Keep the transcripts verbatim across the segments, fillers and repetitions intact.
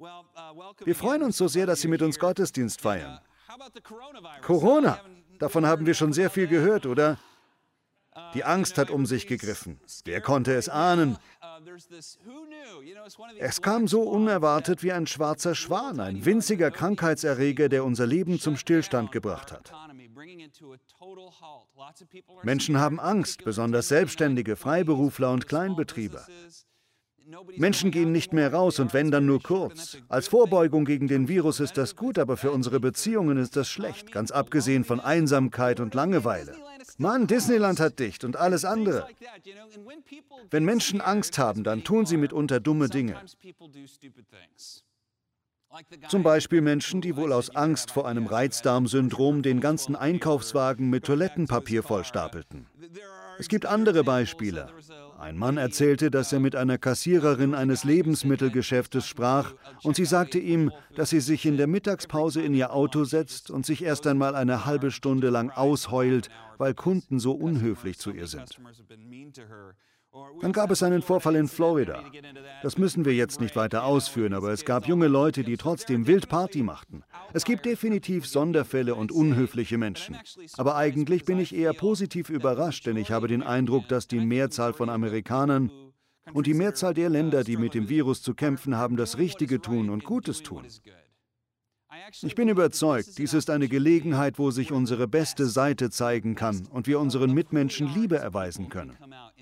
Wir freuen uns so sehr, dass Sie mit uns Gottesdienst feiern. Corona, davon haben wir schon sehr viel gehört, oder? Die Angst hat um sich gegriffen. Wer konnte es ahnen? Es kam so unerwartet wie ein schwarzer Schwan, ein winziger Krankheitserreger, der unser Leben zum Stillstand gebracht hat. Menschen haben Angst, besonders Selbstständige, Freiberufler und Kleinbetriebe. Menschen gehen nicht mehr raus und wenn, dann nur kurz. Als Vorbeugung gegen den Virus ist das gut, aber für unsere Beziehungen ist das schlecht, ganz abgesehen von Einsamkeit und Langeweile. Mann, Disneyland hat dicht und alles andere. Wenn Menschen Angst haben, dann tun sie mitunter dumme Dinge. Zum Beispiel Menschen, die wohl aus Angst vor einem Reizdarmsyndrom den ganzen Einkaufswagen mit Toilettenpapier vollstapelten. Es gibt andere Beispiele. Ein Mann erzählte, dass er mit einer Kassiererin eines Lebensmittelgeschäftes sprach und sie sagte ihm, dass sie sich in der Mittagspause in ihr Auto setzt und sich erst einmal eine halbe Stunde lang ausheult, weil Kunden so unhöflich zu ihr sind. Dann gab es einen Vorfall in Florida. Das müssen wir jetzt nicht weiter ausführen, aber es gab junge Leute, die trotzdem wild Party machten. Es gibt definitiv Sonderfälle und unhöfliche Menschen. Aber eigentlich bin ich eher positiv überrascht, denn ich habe den Eindruck, dass die Mehrzahl von Amerikanern und die Mehrzahl der Länder, die mit dem Virus zu kämpfen haben, das Richtige tun und Gutes tun. Ich bin überzeugt, dies ist eine Gelegenheit, wo sich unsere beste Seite zeigen kann und wir unseren Mitmenschen Liebe erweisen können.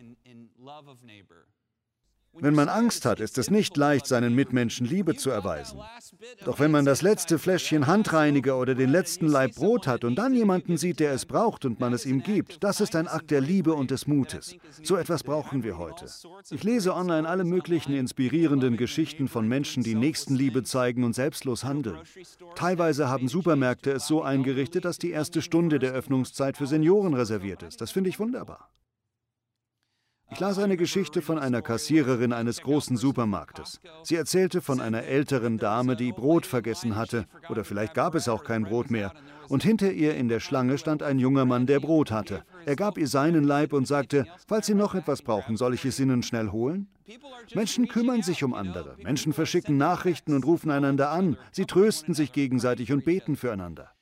Wenn man Angst hat, ist es nicht leicht, seinen Mitmenschen Liebe zu erweisen. Doch wenn man das letzte Fläschchen Handreiniger oder den letzten Laib Brot hat und dann jemanden sieht, der es braucht und man es ihm gibt, das ist ein Akt der Liebe und des Mutes. So etwas brauchen wir heute. Ich lese online alle möglichen inspirierenden Geschichten von Menschen, die Nächstenliebe zeigen und selbstlos handeln. Teilweise haben Supermärkte es so eingerichtet, dass die erste Stunde der Öffnungszeit für Senioren reserviert ist. Das finde ich wunderbar. Ich las eine Geschichte von einer Kassiererin eines großen Supermarktes. Sie erzählte von einer älteren Dame, die Brot vergessen hatte, oder vielleicht gab es auch kein Brot mehr. Und hinter ihr in der Schlange stand ein junger Mann, der Brot hatte. Er gab ihr seinen Laib und sagte, falls Sie noch etwas brauchen, soll ich es Ihnen schnell holen? Menschen kümmern sich um andere. Menschen verschicken Nachrichten und rufen einander an. Sie trösten sich gegenseitig und beten füreinander.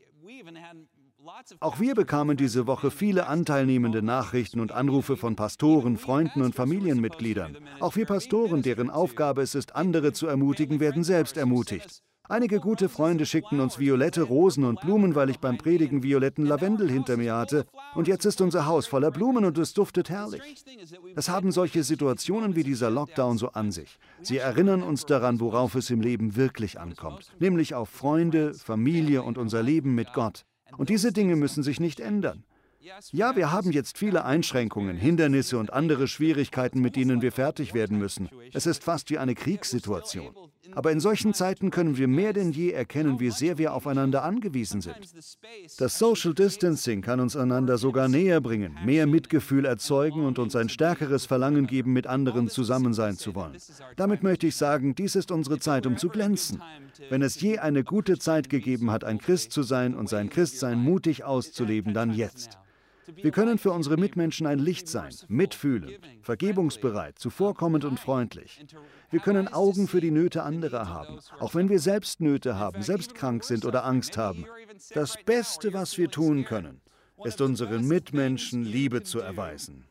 Auch wir bekamen diese Woche viele anteilnehmende Nachrichten und Anrufe von Pastoren, Freunden und Familienmitgliedern. Auch wir Pastoren, deren Aufgabe es ist, andere zu ermutigen, werden selbst ermutigt. Einige gute Freunde schickten uns violette Rosen und Blumen, weil ich beim Predigen violetten Lavendel hinter mir hatte. Und jetzt ist unser Haus voller Blumen und es duftet herrlich. Es haben solche Situationen wie dieser Lockdown so an sich. Sie erinnern uns daran, worauf es im Leben wirklich ankommt, nämlich auf Freunde, Familie und unser Leben mit Gott. Und diese Dinge müssen sich nicht ändern. Ja, wir haben jetzt viele Einschränkungen, Hindernisse und andere Schwierigkeiten, mit denen wir fertig werden müssen. Es ist fast wie eine Kriegssituation. Aber in solchen Zeiten können wir mehr denn je erkennen, wie sehr wir aufeinander angewiesen sind. Das Social Distancing kann uns einander sogar näher bringen, mehr Mitgefühl erzeugen und uns ein stärkeres Verlangen geben, mit anderen zusammen sein zu wollen. Damit möchte ich sagen, dies ist unsere Zeit, um zu glänzen. Wenn es je eine gute Zeit gegeben hat, ein Christ zu sein und sein Christsein mutig auszuleben, dann jetzt. Wir können für unsere Mitmenschen ein Licht sein, mitfühlend, vergebungsbereit, zuvorkommend und freundlich. Wir können Augen für die Nöte anderer haben, auch wenn wir selbst Nöte haben, selbst krank sind oder Angst haben. Das Beste, was wir tun können, ist unseren Mitmenschen Liebe zu erweisen.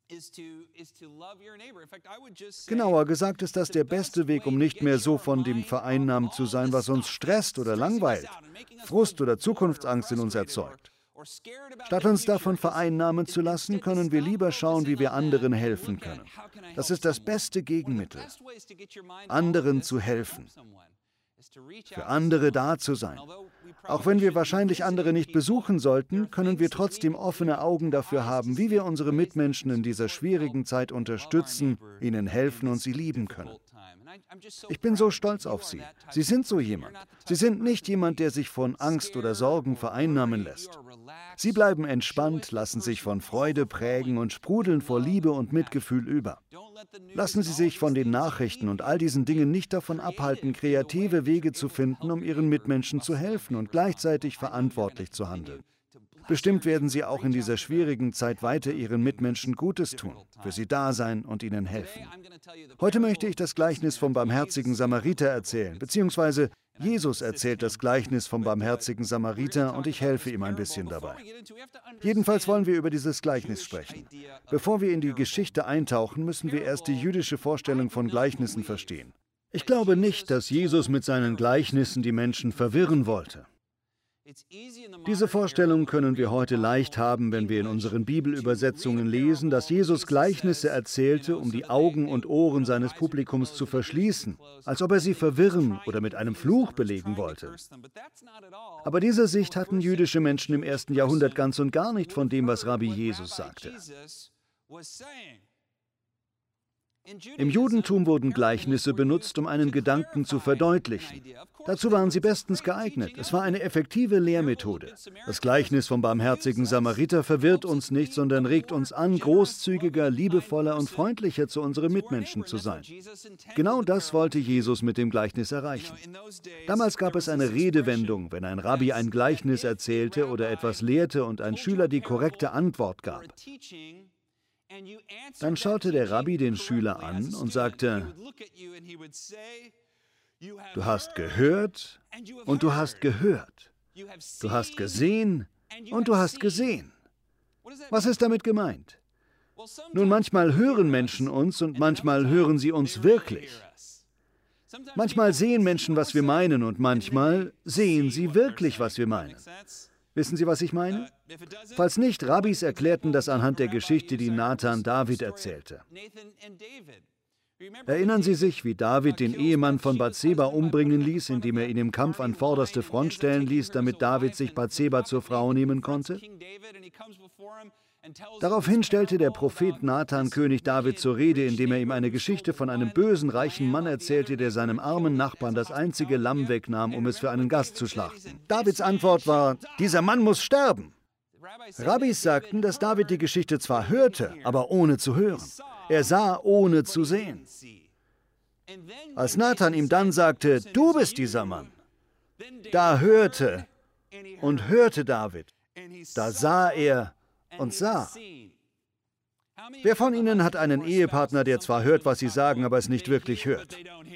Genauer gesagt ist das der beste Weg, um nicht mehr so von dem vereinnahmt zu sein, was uns stresst oder langweilt, Frust oder Zukunftsangst in uns erzeugt. Statt uns davon vereinnahmen zu lassen, können wir lieber schauen, wie wir anderen helfen können. Das ist das beste Gegenmittel, anderen zu helfen, für andere da zu sein. Auch wenn wir wahrscheinlich andere nicht besuchen sollten, können wir trotzdem offene Augen dafür haben, wie wir unsere Mitmenschen in dieser schwierigen Zeit unterstützen, ihnen helfen und sie lieben können. Ich bin so stolz auf Sie. Sie sind so jemand. Sie sind nicht jemand, der sich von Angst oder Sorgen vereinnahmen lässt. Sie bleiben entspannt, lassen sich von Freude prägen und sprudeln vor Liebe und Mitgefühl über. Lassen Sie sich von den Nachrichten und all diesen Dingen nicht davon abhalten, kreative Wege zu finden, um Ihren Mitmenschen zu helfen und gleichzeitig verantwortlich zu handeln. Bestimmt werden Sie auch in dieser schwierigen Zeit weiter Ihren Mitmenschen Gutes tun, für sie da sein und ihnen helfen. Heute möchte ich das Gleichnis vom barmherzigen Samariter erzählen, beziehungsweise Jesus erzählt das Gleichnis vom barmherzigen Samariter und ich helfe ihm ein bisschen dabei. Jedenfalls wollen wir über dieses Gleichnis sprechen. Bevor wir in die Geschichte eintauchen, müssen wir erst die jüdische Vorstellung von Gleichnissen verstehen. Ich glaube nicht, dass Jesus mit seinen Gleichnissen die Menschen verwirren wollte. Diese Vorstellung können wir heute leicht haben, wenn wir in unseren Bibelübersetzungen lesen, dass Jesus Gleichnisse erzählte, um die Augen und Ohren seines Publikums zu verschließen, als ob er sie verwirren oder mit einem Fluch belegen wollte. Aber diese Sicht hatten jüdische Menschen im ersten Jahrhundert ganz und gar nicht von dem, was Rabbi Jesus sagte. Im Judentum wurden Gleichnisse benutzt, um einen Gedanken zu verdeutlichen. Dazu waren sie bestens geeignet. Es war eine effektive Lehrmethode. Das Gleichnis vom barmherzigen Samariter verwirrt uns nicht, sondern regt uns an, großzügiger, liebevoller und freundlicher zu unseren Mitmenschen zu sein. Genau das wollte Jesus mit dem Gleichnis erreichen. Damals gab es eine Redewendung, wenn ein Rabbi ein Gleichnis erzählte oder etwas lehrte und ein Schüler die korrekte Antwort gab. Dann schaute der Rabbi den Schüler an und sagte: Du hast gehört und du hast gehört. Du hast gesehen und du hast gesehen. Was ist damit gemeint? Nun, manchmal hören Menschen uns und manchmal hören sie uns wirklich. Manchmal sehen Menschen, was wir meinen, und manchmal sehen sie wirklich, was wir meinen. Wissen Sie, was ich meine? Falls nicht, Rabbis erklärten das anhand der Geschichte, die Nathan David erzählte. Erinnern Sie sich, wie David den Ehemann von Bathseba umbringen ließ, indem er ihn im Kampf an vorderste Front stellen ließ, damit David sich Bathseba zur Frau nehmen konnte? Daraufhin stellte der Prophet Nathan König David zur Rede, indem er ihm eine Geschichte von einem bösen, reichen Mann erzählte, der seinem armen Nachbarn das einzige Lamm wegnahm, um es für einen Gast zu schlachten. Davids Antwort war: Dieser Mann muss sterben. Rabbis sagten, dass David die Geschichte zwar hörte, aber ohne zu hören. Er sah, ohne zu sehen. Als Nathan ihm dann sagte: Du bist dieser Mann, da hörte und hörte David, da sah er und sah. Wer von Ihnen hat einen Ehepartner, der zwar hört, was Sie sagen, aber es nicht wirklich hört?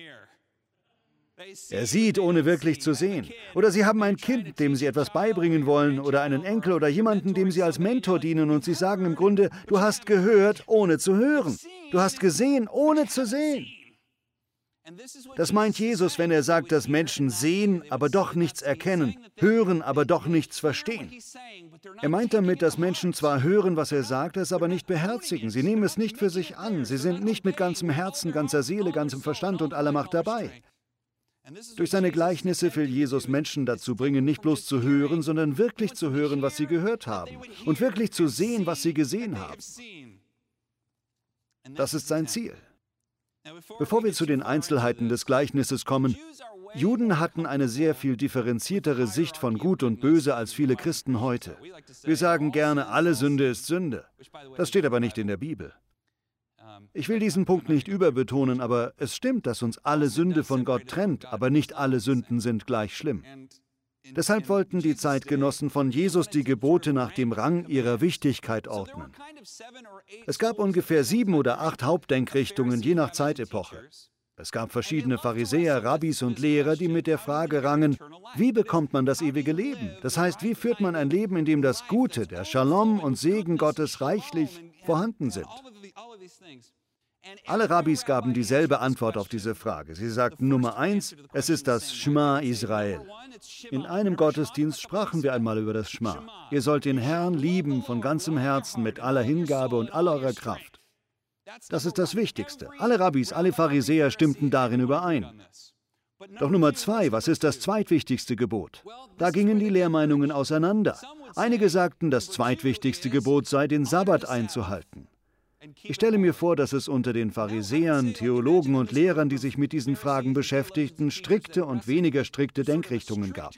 Er sieht, ohne wirklich zu sehen. Oder Sie haben ein Kind, dem Sie etwas beibringen wollen, oder einen Enkel oder jemanden, dem Sie als Mentor dienen, und Sie sagen im Grunde: Du hast gehört, ohne zu hören. Du hast gesehen, ohne zu sehen. Das meint Jesus, wenn er sagt, dass Menschen sehen, aber doch nichts erkennen, hören, aber doch nichts verstehen. Er meint damit, dass Menschen zwar hören, was er sagt, es aber nicht beherzigen. Sie nehmen es nicht für sich an. Sie sind nicht mit ganzem Herzen, ganzer Seele, ganzem Verstand und aller Macht dabei. Durch seine Gleichnisse will Jesus Menschen dazu bringen, nicht bloß zu hören, sondern wirklich zu hören, was sie gehört haben, und wirklich zu sehen, was sie gesehen haben. Das ist sein Ziel. Bevor wir zu den Einzelheiten des Gleichnisses kommen, Juden hatten eine sehr viel differenziertere Sicht von Gut und Böse als viele Christen heute. Wir sagen gerne, alle Sünde ist Sünde. Das steht aber nicht in der Bibel. Ich will diesen Punkt nicht überbetonen, aber es stimmt, dass uns alle Sünde von Gott trennt, aber nicht alle Sünden sind gleich schlimm. Deshalb wollten die Zeitgenossen von Jesus die Gebote nach dem Rang ihrer Wichtigkeit ordnen. Es gab ungefähr sieben oder acht Hauptdenkrichtungen, je nach Zeitepoche. Es gab verschiedene Pharisäer, Rabbis und Lehrer, die mit der Frage rangen: Wie bekommt man das ewige Leben? Das heißt, wie führt man ein Leben, in dem das Gute, der Shalom und Segen Gottes reichlich vorhanden sind? Alle Rabbis gaben dieselbe Antwort auf diese Frage. Sie sagten: Nummer eins, es ist das Schma Israel. In einem Gottesdienst sprachen wir einmal über das Schma. Ihr sollt den Herrn lieben von ganzem Herzen, mit aller Hingabe und aller eurer Kraft. Das ist das Wichtigste. Alle Rabbis, alle Pharisäer stimmten darin überein. Doch Nummer zwei, was ist das zweitwichtigste Gebot? Da gingen die Lehrmeinungen auseinander. Einige sagten, das zweitwichtigste Gebot sei, den Sabbat einzuhalten. Ich stelle mir vor, dass es unter den Pharisäern, Theologen und Lehrern, die sich mit diesen Fragen beschäftigten, strikte und weniger strikte Denkrichtungen gab.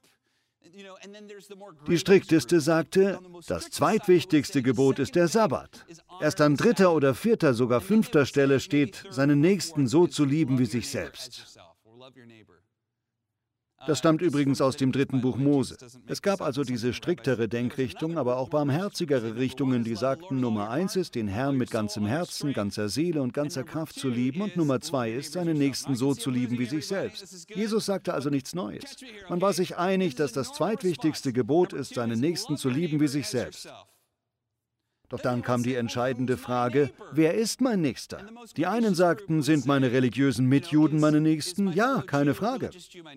Die strikteste sagte, das zweitwichtigste Gebot ist der Sabbat. Erst an dritter oder vierter, sogar fünfter Stelle steht, seinen Nächsten so zu lieben wie sich selbst. Das stammt übrigens aus dem dritten Buch Mose. Es gab also diese striktere Denkrichtung, aber auch barmherzigere Richtungen, die sagten, Nummer eins ist, den Herrn mit ganzem Herzen, ganzer Seele und ganzer Kraft zu lieben, und Nummer zwei ist, seinen Nächsten so zu lieben wie sich selbst. Jesus sagte also nichts Neues. Man war sich einig, dass das zweitwichtigste Gebot ist, seinen Nächsten zu lieben wie sich selbst. Doch dann kam die entscheidende Frage, wer ist mein Nächster? Die einen sagten, sind meine religiösen Mitjuden meine Nächsten? Ja, keine Frage.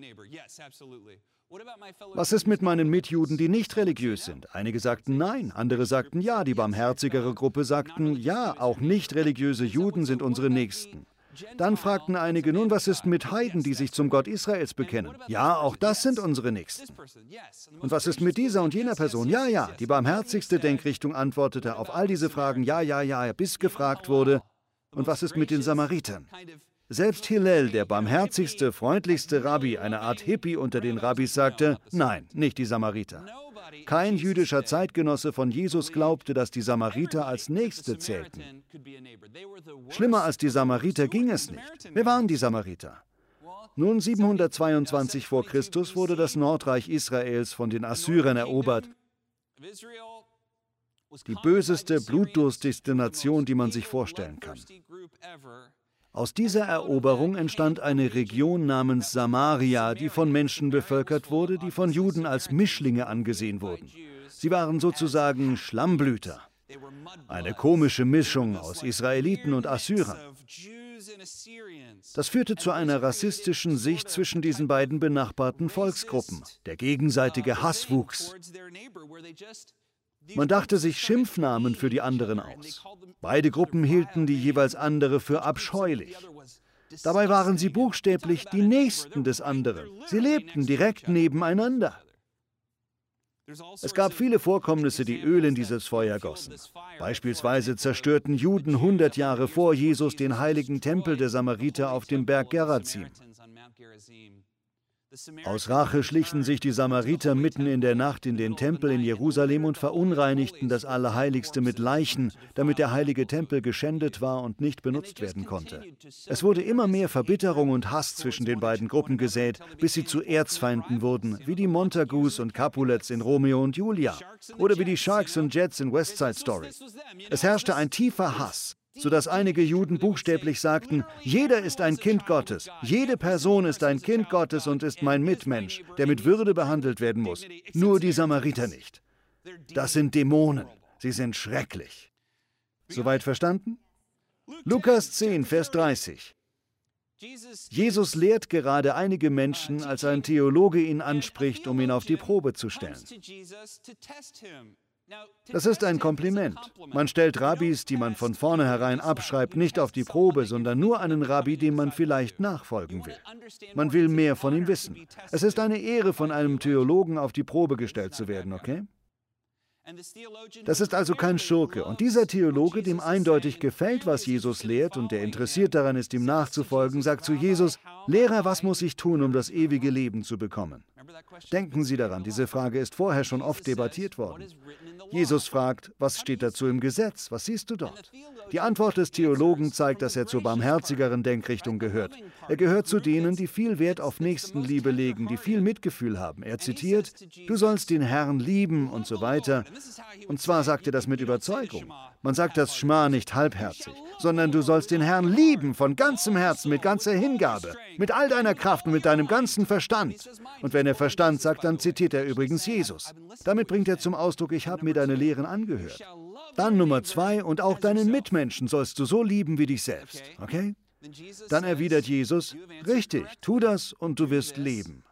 Was ist mit meinen Mitjuden, die nicht religiös sind? Einige sagten nein, andere sagten ja, die barmherzigere Gruppe sagten ja, auch nicht religiöse Juden sind unsere Nächsten. Dann fragten einige, nun, was ist mit Heiden, die sich zum Gott Israels bekennen? Ja, auch das sind unsere Nächsten. Und was ist mit dieser und jener Person? Ja, ja, die barmherzigste Denkrichtung antwortete auf all diese Fragen, ja, ja, ja, bis gefragt wurde, und was ist mit den Samaritern? Selbst Hillel, der barmherzigste, freundlichste Rabbi, eine Art Hippie unter den Rabbis, sagte, nein, nicht die Samariter. Kein jüdischer Zeitgenosse von Jesus glaubte, dass die Samariter als Nächste zählten. Schlimmer als die Samariter ging es nicht. Wer waren die Samariter? Nun, siebenhundertzweiundzwanzig vor Christus wurde das Nordreich Israels von den Assyrern erobert. Die böseste, blutdurstigste Nation, die man sich vorstellen kann. Aus dieser Eroberung entstand eine Region namens Samaria, die von Menschen bevölkert wurde, die von Juden als Mischlinge angesehen wurden. Sie waren sozusagen Schlammblüter. Eine komische Mischung aus Israeliten und Assyrern. Das führte zu einer rassistischen Sicht zwischen diesen beiden benachbarten Volksgruppen. Der gegenseitige Hass wuchs. Man dachte sich Schimpfnamen für die anderen aus. Beide Gruppen hielten die jeweils andere für abscheulich. Dabei waren sie buchstäblich die Nächsten des anderen. Sie lebten direkt nebeneinander. Es gab viele Vorkommnisse, die Öl in dieses Feuer gossen. Beispielsweise zerstörten Juden hundert Jahre vor Jesus den heiligen Tempel der Samariter auf dem Berg Gerazim. Aus Rache schlichen sich die Samariter mitten in der Nacht in den Tempel in Jerusalem und verunreinigten das Allerheiligste mit Leichen, damit der heilige Tempel geschändet war und nicht benutzt werden konnte. Es wurde immer mehr Verbitterung und Hass zwischen den beiden Gruppen gesät, bis sie zu Erzfeinden wurden, wie die Montagus und Capulets in Romeo und Julia oder wie die Sharks und Jets in West Side Story. Es herrschte ein tiefer Hass, sodass einige Juden buchstäblich sagten, jeder ist ein Kind Gottes, jede Person ist ein Kind Gottes und ist mein Mitmensch, der mit Würde behandelt werden muss, nur die Samariter nicht. Das sind Dämonen, sie sind schrecklich. Soweit verstanden? Lukas zehn, Vers dreißig. Jesus lehrt gerade einige Menschen, als ein Theologe ihn anspricht, um ihn auf die Probe zu stellen. Das ist ein Kompliment. Man stellt Rabbis, die man von vornherein abschreibt, nicht auf die Probe, sondern nur einen Rabbi, dem man vielleicht nachfolgen will. Man will mehr von ihm wissen. Es ist eine Ehre, von einem Theologen auf die Probe gestellt zu werden, okay? Das ist also kein Schurke. Und dieser Theologe, dem eindeutig gefällt, was Jesus lehrt und der interessiert daran ist, ihm nachzufolgen, sagt zu Jesus, Lehrer, was muss ich tun, um das ewige Leben zu bekommen? Denken Sie daran, diese Frage ist vorher schon oft debattiert worden. Jesus fragt, was steht dazu im Gesetz? Was siehst du dort? Die Antwort des Theologen zeigt, dass er zur barmherzigeren Denkrichtung gehört. Er gehört zu denen, die viel Wert auf Nächstenliebe legen, die viel Mitgefühl haben. Er zitiert, du sollst den Herrn lieben und so weiter. Und zwar sagt er das mit Überzeugung. Man sagt das Schma nicht halbherzig, sondern du sollst den Herrn lieben von ganzem Herzen, mit ganzer Hingabe, mit all deiner Kraft und mit deinem ganzen Verstand. Und wenn er Verstand sagt, dann zitiert er übrigens Jesus. Damit bringt er zum Ausdruck, ich habe mir deine Lehren angehört. Dann Nummer zwei, und auch deinen Mitmenschen sollst du so lieben wie dich selbst. Okay? Dann erwidert Jesus, richtig, tu das und du wirst leben.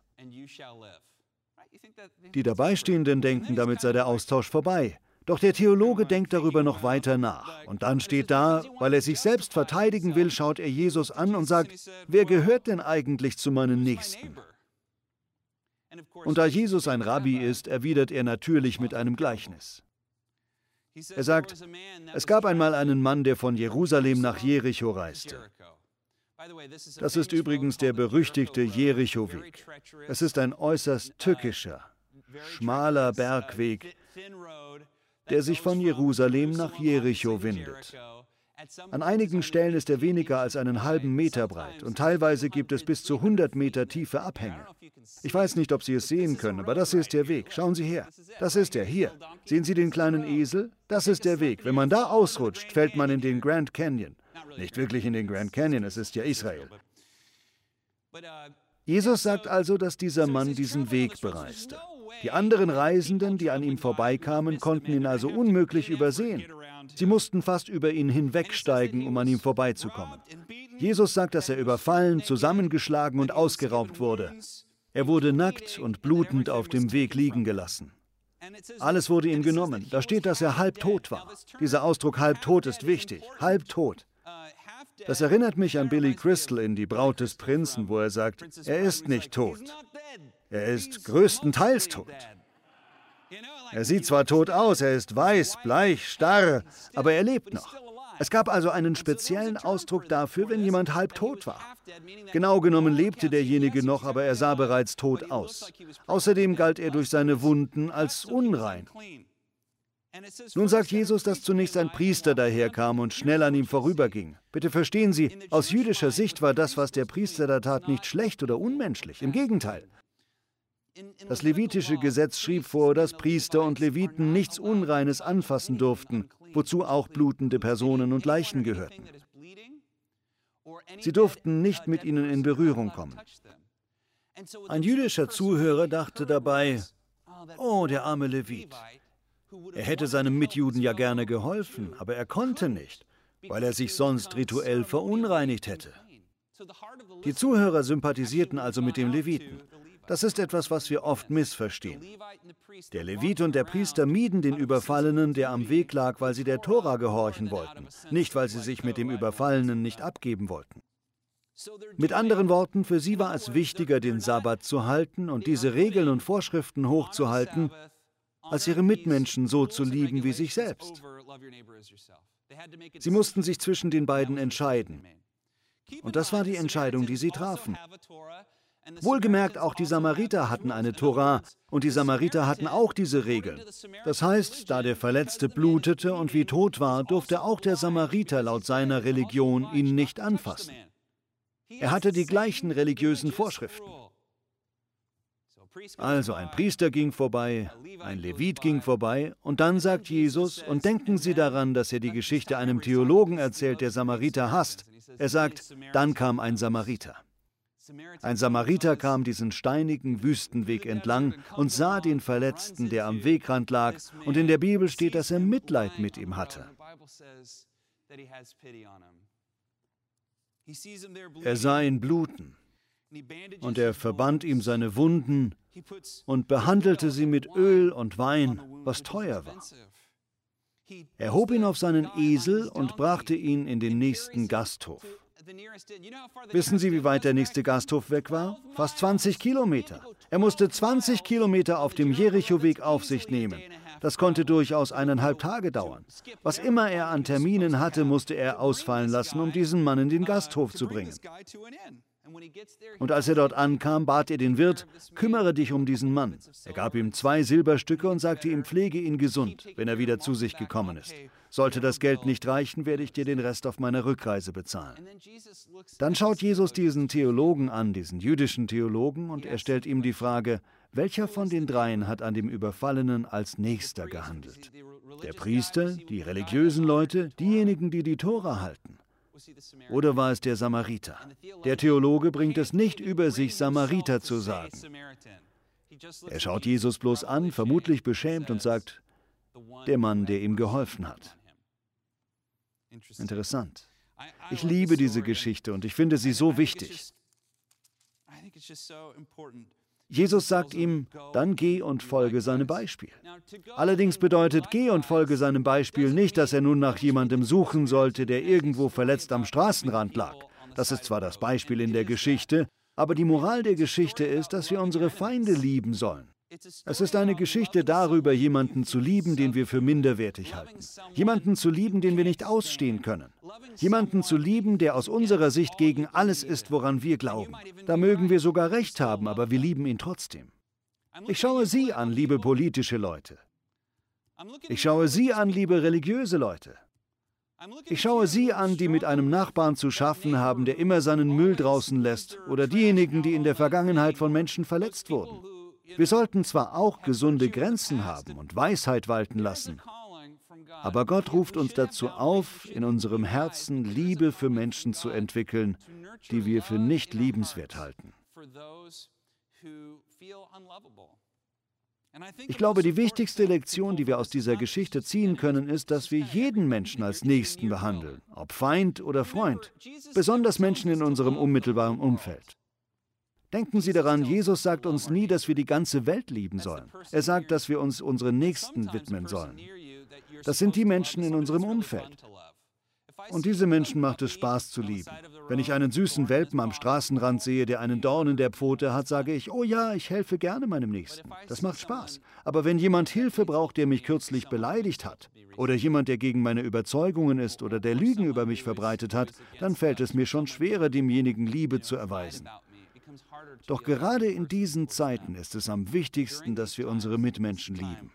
Die Dabeistehenden denken, damit sei der Austausch vorbei. Doch der Theologe denkt darüber noch weiter nach. Und dann steht da, weil er sich selbst verteidigen will, schaut er Jesus an und sagt, wer gehört denn eigentlich zu meinen Nächsten? Und da Jesus ein Rabbi ist, erwidert er natürlich mit einem Gleichnis. Er sagt, es gab einmal einen Mann, der von Jerusalem nach Jericho reiste. Das ist übrigens der berüchtigte Jericho-Weg. Es ist ein äußerst tückischer, schmaler Bergweg, der sich von Jerusalem nach Jericho windet. An einigen Stellen ist er weniger als einen halben Meter breit und teilweise gibt es bis zu hundert Meter tiefe Abhänge. Ich weiß nicht, ob Sie es sehen können, aber das ist der Weg. Schauen Sie her. Das ist er, hier. Sehen Sie den kleinen Esel? Das ist der Weg. Wenn man da ausrutscht, fällt man in den Grand Canyon. Nicht wirklich in den Grand Canyon, es ist ja Israel. Jesus sagt also, dass dieser Mann diesen Weg bereiste. Die anderen Reisenden, die an ihm vorbeikamen, konnten ihn also unmöglich übersehen. Sie mussten fast über ihn hinwegsteigen, um an ihm vorbeizukommen. Jesus sagt, dass er überfallen, zusammengeschlagen und ausgeraubt wurde. Er wurde nackt und blutend auf dem Weg liegen gelassen. Alles wurde ihm genommen. Da steht, dass er halbtot war. Dieser Ausdruck halbtot ist wichtig. Halbtot. Das erinnert mich an Billy Crystal in Die Braut des Prinzen, wo er sagt, er ist nicht tot. Er ist größtenteils tot. Er sieht zwar tot aus, er ist weiß, bleich, starr, aber er lebt noch. Es gab also einen speziellen Ausdruck dafür, wenn jemand halbtot war. Genau genommen lebte derjenige noch, aber er sah bereits tot aus. Außerdem galt er durch seine Wunden als unrein. Nun sagt Jesus, dass zunächst ein Priester daherkam und schnell an ihm vorüberging. Bitte verstehen Sie, aus jüdischer Sicht war das, was der Priester da tat, nicht schlecht oder unmenschlich. Im Gegenteil. Das levitische Gesetz schrieb vor, dass Priester und Leviten nichts Unreines anfassen durften, wozu auch blutende Personen und Leichen gehörten. Sie durften nicht mit ihnen in Berührung kommen. Ein jüdischer Zuhörer dachte dabei, oh, der arme Levit. Er hätte seinem Mitjuden ja gerne geholfen, aber er konnte nicht, weil er sich sonst rituell verunreinigt hätte. Die Zuhörer sympathisierten also mit dem Leviten. Das ist etwas, was wir oft missverstehen. Der Levit und der Priester mieden den Überfallenen, der am Weg lag, weil sie der Tora gehorchen wollten, nicht weil sie sich mit dem Überfallenen nicht abgeben wollten. Mit anderen Worten, für sie war es wichtiger, den Sabbat zu halten und diese Regeln und Vorschriften hochzuhalten, als ihre Mitmenschen so zu lieben wie sich selbst. Sie mussten sich zwischen den beiden entscheiden. Und das war die Entscheidung, die sie trafen. Wohlgemerkt, auch die Samariter hatten eine Tora und die Samariter hatten auch diese Regeln. Das heißt, da der Verletzte blutete und wie tot war, durfte auch der Samariter laut seiner Religion ihn nicht anfassen. Er hatte die gleichen religiösen Vorschriften. Also ein Priester ging vorbei, ein Levit ging vorbei und dann sagt Jesus, und denken Sie daran, dass er die Geschichte einem Theologen erzählt, der Samariter hasst. Er sagt, dann kam ein Samariter. Ein Samariter kam diesen steinigen Wüstenweg entlang und sah den Verletzten, der am Wegrand lag, und in der Bibel steht, dass er Mitleid mit ihm hatte. Er sah ihn bluten, und er verband ihm seine Wunden und behandelte sie mit Öl und Wein, was teuer war. Er hob ihn auf seinen Esel und brachte ihn in den nächsten Gasthof. Wissen Sie, wie weit der nächste Gasthof weg war? Fast zwanzig Kilometer. Er musste zwanzig Kilometer auf dem Jerichoweg auf sich nehmen. Das konnte durchaus eineinhalb Tage dauern. Was immer er an Terminen hatte, musste er ausfallen lassen, um diesen Mann in den Gasthof zu bringen. Und als er dort ankam, bat er den Wirt, kümmere dich um diesen Mann. Er gab ihm zwei Silberstücke und sagte ihm, pflege ihn gesund, wenn er wieder zu sich gekommen ist. Sollte das Geld nicht reichen, werde ich dir den Rest auf meiner Rückreise bezahlen. Dann schaut Jesus diesen Theologen an, diesen jüdischen Theologen, und er stellt ihm die Frage, welcher von den dreien hat an dem Überfallenen als Nächster gehandelt? Der Priester, die religiösen Leute, diejenigen, die die Tora halten? Oder war es der Samariter? Der Theologe bringt es nicht über sich, Samariter zu sagen. Er schaut Jesus bloß an, vermutlich beschämt, und sagt, der Mann, der ihm geholfen hat. Interessant. Ich liebe diese Geschichte und ich finde sie so wichtig. Jesus sagt ihm, dann geh und folge seinem Beispiel. Allerdings bedeutet geh und folge seinem Beispiel nicht, dass er nun nach jemandem suchen sollte, der irgendwo verletzt am Straßenrand lag. Das ist zwar das Beispiel in der Geschichte, aber die Moral der Geschichte ist, dass wir unsere Feinde lieben sollen. Es ist eine Geschichte darüber, jemanden zu lieben, den wir für minderwertig halten. Jemanden zu lieben, den wir nicht ausstehen können. Jemanden zu lieben, der aus unserer Sicht gegen alles ist, woran wir glauben. Da mögen wir sogar recht haben, aber wir lieben ihn trotzdem. Ich schaue Sie an, liebe politische Leute. Ich schaue Sie an, liebe religiöse Leute. Ich schaue Sie an, die mit einem Nachbarn zu schaffen haben, der immer seinen Müll draußen lässt, oder diejenigen, die in der Vergangenheit von Menschen verletzt wurden. Wir sollten zwar auch gesunde Grenzen haben und Weisheit walten lassen, aber Gott ruft uns dazu auf, in unserem Herzen Liebe für Menschen zu entwickeln, die wir für nicht liebenswert halten. Ich glaube, die wichtigste Lektion, die wir aus dieser Geschichte ziehen können, ist, dass wir jeden Menschen als Nächsten behandeln, ob Feind oder Freund, besonders Menschen in unserem unmittelbaren Umfeld. Denken Sie daran, Jesus sagt uns nie, dass wir die ganze Welt lieben sollen. Er sagt, dass wir uns unseren Nächsten widmen sollen. Das sind die Menschen in unserem Umfeld. Und diese Menschen macht es Spaß zu lieben. Wenn ich einen süßen Welpen am Straßenrand sehe, der einen Dorn in der Pfote hat, sage ich, oh ja, ich helfe gerne meinem Nächsten. Das macht Spaß. Aber wenn jemand Hilfe braucht, der mich kürzlich beleidigt hat, oder jemand, der gegen meine Überzeugungen ist oder der Lügen über mich verbreitet hat, dann fällt es mir schon schwerer, demjenigen Liebe zu erweisen. Doch gerade in diesen Zeiten ist es am wichtigsten, dass wir unsere Mitmenschen lieben.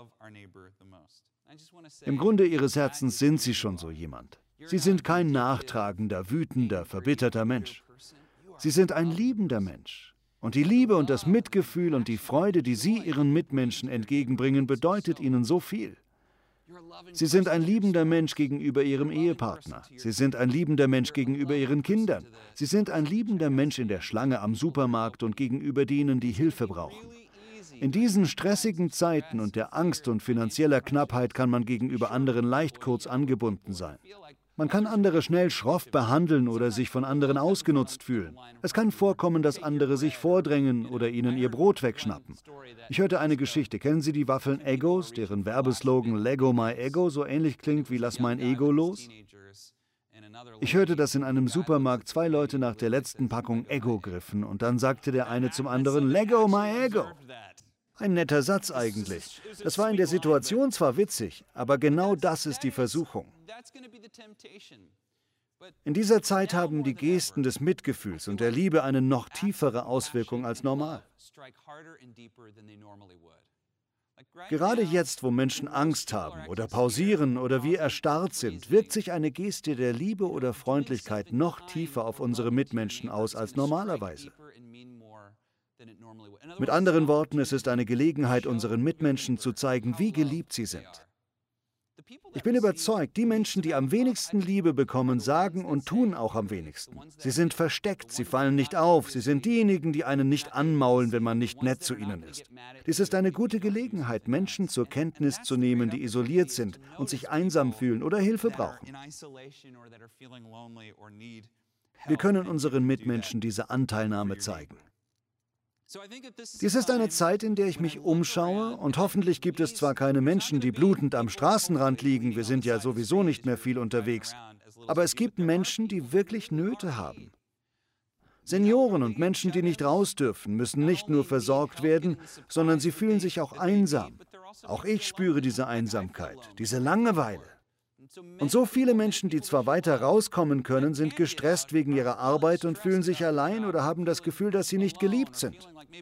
Im Grunde ihres Herzens sind sie schon so jemand. Sie sind kein nachtragender, wütender, verbitterter Mensch. Sie sind ein liebender Mensch. Und die Liebe und das Mitgefühl und die Freude, die Sie Ihren Mitmenschen entgegenbringen, bedeutet ihnen so viel. Sie sind ein liebender Mensch gegenüber Ihrem Ehepartner. Sie sind ein liebender Mensch gegenüber Ihren Kindern. Sie sind ein liebender Mensch in der Schlange am Supermarkt und gegenüber denen, die Hilfe brauchen. In diesen stressigen Zeiten und der Angst und finanzieller Knappheit kann man gegenüber anderen leicht kurz angebunden sein. Man kann andere schnell schroff behandeln oder sich von anderen ausgenutzt fühlen. Es kann vorkommen, dass andere sich vordrängen oder ihnen ihr Brot wegschnappen. Ich hörte eine Geschichte. Kennen Sie die Waffeln Eggos, deren Werbeslogan Lego My Ego so ähnlich klingt wie Lass mein Ego los? Ich hörte, dass in einem Supermarkt zwei Leute nach der letzten Packung Eggo griffen und dann sagte der eine zum anderen Lego My Ego. Ein netter Satz eigentlich. Das war in der Situation zwar witzig, aber genau das ist die Versuchung. In dieser Zeit haben die Gesten des Mitgefühls und der Liebe eine noch tiefere Auswirkung als normal. Gerade jetzt, wo Menschen Angst haben oder pausieren oder wie erstarrt sind, wirkt sich eine Geste der Liebe oder Freundlichkeit noch tiefer auf unsere Mitmenschen aus als normalerweise. Mit anderen Worten, es ist eine Gelegenheit, unseren Mitmenschen zu zeigen, wie geliebt sie sind. Ich bin überzeugt, die Menschen, die am wenigsten Liebe bekommen, sagen und tun auch am wenigsten. Sie sind versteckt, sie fallen nicht auf, sie sind diejenigen, die einen nicht anmaulen, wenn man nicht nett zu ihnen ist. Dies ist eine gute Gelegenheit, Menschen zur Kenntnis zu nehmen, die isoliert sind und sich einsam fühlen oder Hilfe brauchen. Wir können unseren Mitmenschen diese Anteilnahme zeigen. Dies ist eine Zeit, in der ich mich umschaue und hoffentlich gibt es zwar keine Menschen, die blutend am Straßenrand liegen, wir sind ja sowieso nicht mehr viel unterwegs, aber es gibt Menschen, die wirklich Nöte haben. Senioren und Menschen, die nicht raus dürfen, müssen nicht nur versorgt werden, sondern sie fühlen sich auch einsam. Auch ich spüre diese Einsamkeit, diese Langeweile. Und so viele Menschen, die zwar weiter rauskommen können, sind gestresst wegen ihrer Arbeit und fühlen sich allein oder haben das Gefühl, dass sie nicht geliebt sind.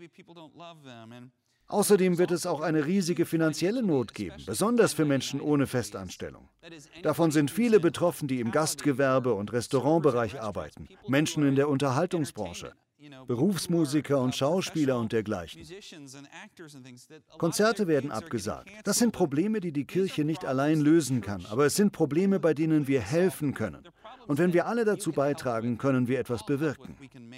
Außerdem wird es auch eine riesige finanzielle Not geben, besonders für Menschen ohne Festanstellung. Davon sind viele betroffen, die im Gastgewerbe- und Restaurantbereich arbeiten, Menschen in der Unterhaltungsbranche, Berufsmusiker und Schauspieler und dergleichen. Konzerte werden abgesagt. Das sind Probleme, die die Kirche nicht allein lösen kann, aber es sind Probleme, bei denen wir helfen können. Und wenn wir alle dazu beitragen, können wir etwas bewirken.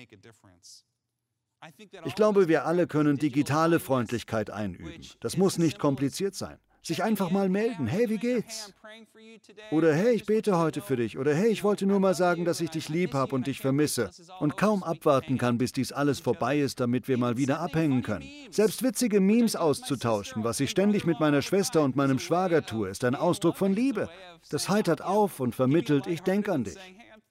Ich glaube, wir alle können digitale Freundlichkeit einüben. Das muss nicht kompliziert sein. Sich einfach mal melden. Hey, wie geht's? Oder hey, ich bete heute für dich. Oder hey, ich wollte nur mal sagen, dass ich dich lieb habe und dich vermisse. Und kaum abwarten kann, bis dies alles vorbei ist, damit wir mal wieder abhängen können. Selbst witzige Memes auszutauschen, was ich ständig mit meiner Schwester und meinem Schwager tue, ist ein Ausdruck von Liebe. Das heitert auf und vermittelt, ich denke an dich.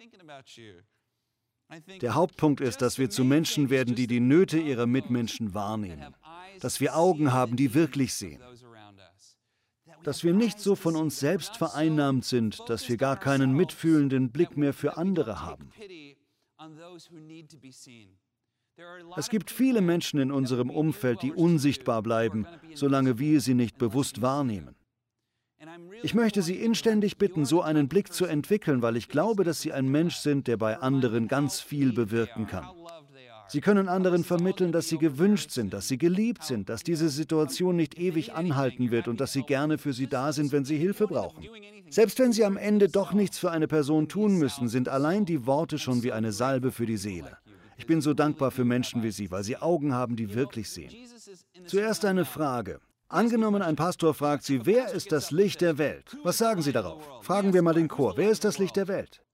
Der Hauptpunkt ist, dass wir zu Menschen werden, die die Nöte ihrer Mitmenschen wahrnehmen. Dass wir Augen haben, die wirklich sehen. Dass wir nicht so von uns selbst vereinnahmt sind, dass wir gar keinen mitfühlenden Blick mehr für andere haben. Es gibt viele Menschen in unserem Umfeld, die unsichtbar bleiben, solange wir sie nicht bewusst wahrnehmen. Ich möchte Sie inständig bitten, so einen Blick zu entwickeln, weil ich glaube, dass Sie ein Mensch sind, der bei anderen ganz viel bewirken kann. Sie können anderen vermitteln, dass sie gewünscht sind, dass sie geliebt sind, dass diese Situation nicht ewig anhalten wird und dass sie gerne für sie da sind, wenn sie Hilfe brauchen. Selbst wenn sie am Ende doch nichts für eine Person tun müssen, sind allein die Worte schon wie eine Salbe für die Seele. Ich bin so dankbar für Menschen wie Sie, weil sie Augen haben, die wirklich sehen. Zuerst eine Frage. Angenommen, ein Pastor fragt Sie, wer ist das Licht der Welt? Was sagen Sie darauf? Fragen wir mal den Chor, wer ist das Licht der Welt?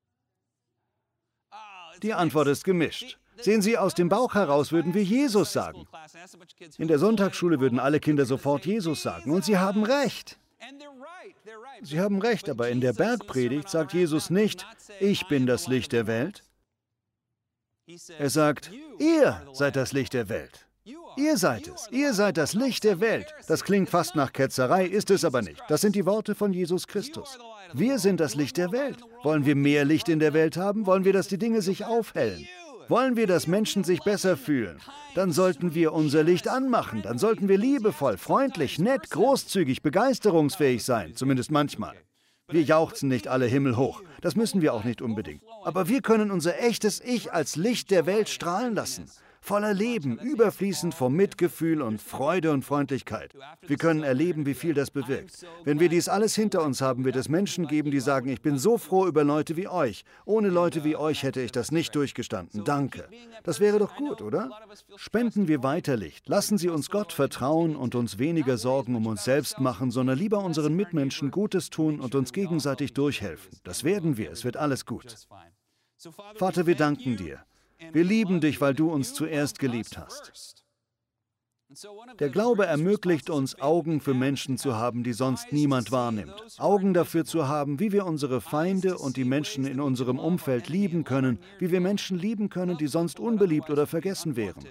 Die Antwort ist gemischt. Sehen Sie, aus dem Bauch heraus würden wir Jesus sagen. In der Sonntagsschule würden alle Kinder sofort Jesus sagen. Und sie haben recht. Sie haben recht, aber in der Bergpredigt sagt Jesus nicht, ich bin das Licht der Welt. Er sagt, ihr seid das Licht der Welt. Ihr seid es. Ihr seid das Licht der Welt. Das klingt fast nach Ketzerei, ist es aber nicht. Das sind die Worte von Jesus Christus. Wir sind das Licht der Welt. Wollen wir mehr Licht in der Welt haben? Wollen wir, dass die Dinge sich aufhellen? Wollen wir, dass Menschen sich besser fühlen? Dann sollten wir unser Licht anmachen. Dann sollten wir liebevoll, freundlich, nett, großzügig, begeisterungsfähig sein. Zumindest manchmal. Wir jauchzen nicht alle himmelhoch. Das müssen wir auch nicht unbedingt. Aber wir können unser echtes Ich als Licht der Welt strahlen lassen. Voller Leben, überfließend vor Mitgefühl und Freude und Freundlichkeit. Wir können erleben, wie viel das bewirkt. Wenn wir dies alles hinter uns haben, wird es Menschen geben, die sagen, ich bin so froh über Leute wie euch. Ohne Leute wie euch hätte ich das nicht durchgestanden. Danke. Das wäre doch gut, oder? Spenden wir weiter Licht. Lassen Sie uns Gott vertrauen und uns weniger Sorgen um uns selbst machen, sondern lieber unseren Mitmenschen Gutes tun und uns gegenseitig durchhelfen. Das werden wir. Es wird alles gut. Vater, wir danken dir. Wir lieben dich, weil du uns zuerst geliebt hast. Der Glaube ermöglicht uns, Augen für Menschen zu haben, die sonst niemand wahrnimmt. Augen dafür zu haben, wie wir unsere Feinde und die Menschen in unserem Umfeld lieben können, wie wir Menschen lieben können, die sonst unbeliebt oder vergessen wären.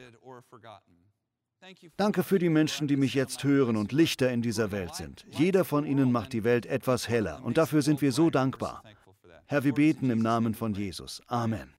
Danke für die Menschen, die mich jetzt hören und Lichter in dieser Welt sind. Jeder von ihnen macht die Welt etwas heller und dafür sind wir so dankbar. Herr, wir beten im Namen von Jesus. Amen.